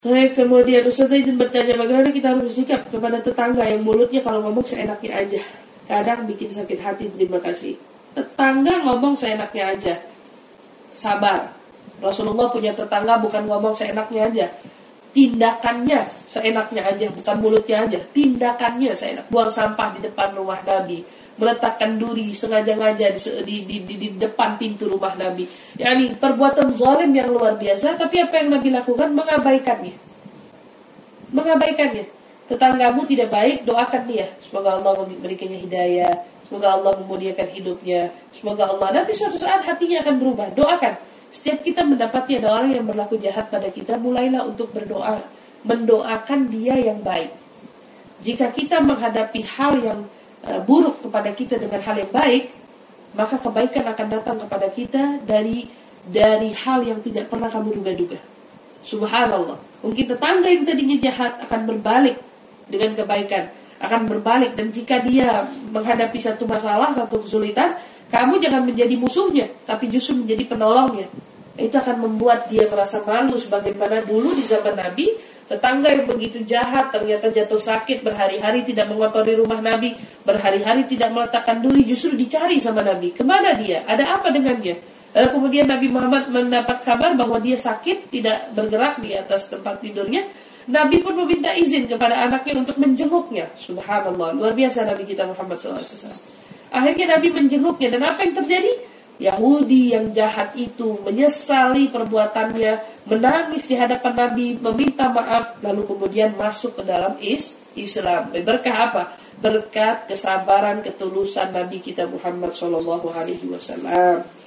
Saya kemudian Ustaz izin bertanya, bagaimana kita harus bersikap kepada tetangga yang mulutnya kalau ngomong seenaknya aja, kadang bikin sakit hati. Terima kasih. Tetangga ngomong seenaknya aja, sabar. Rasulullah punya tetangga bukan ngomong seenaknya aja, tindakannya seenaknya aja, bukan mulutnya aja, tindakannya seenak. Buang sampah di depan rumah Nabi, meletakkan duri sengaja-ngaja di depan pintu rumah Nabi. Yani perbuatan zalim yang luar biasa, tapi apa yang Nabi lakukan? Mengabaikannya. Tetanggamu tidak baik, doakan dia, semoga Allah memberikannya hidayah, semoga Allah memuliakan hidupnya, semoga Allah nanti suatu saat hatinya akan berubah. Doakan. Setiap kita mendapati ada orang yang berlaku jahat pada kita, mulailah untuk berdoa, mendoakan dia yang baik. Jika kita menghadapi hal yang buruk kepada kita dengan hal yang baik, maka kebaikan akan datang kepada kita dari hal yang tidak pernah kamu duga-duga. Subhanallah. Mungkin tetangga yang tadinya jahat akan berbalik dengan kebaikan, akan berbalik. Dan jika dia menghadapi satu masalah, satu kesulitan, kamu jangan menjadi musuhnya, tapi justru menjadi penolongnya. Itu akan membuat dia merasa malu. Sebagaimana dulu di zaman Nabi, tetangga yang begitu jahat ternyata jatuh sakit, berhari-hari tidak mengotori rumah Nabi, berhari-hari tidak meletakkan duri, justru dicari sama Nabi. Kemana dia? Ada apa dengannya? Lalu kemudian Nabi Muhammad mendapat kabar bahwa dia sakit, tidak bergerak di atas tempat tidurnya. Nabi pun meminta izin kepada anaknya untuk menjenguknya. Subhanallah, luar biasa Nabi kita Muhammad SAW. Akhirnya Nabi menjenguknya, dan apa yang terjadi? Yahudi yang jahat itu menyesali perbuatannya, menangis di hadapan Nabi, meminta maaf, lalu kemudian masuk ke dalam Islam. Berkah apa? Berkat kesabaran, ketulusan Nabi kita Muhammad SAW.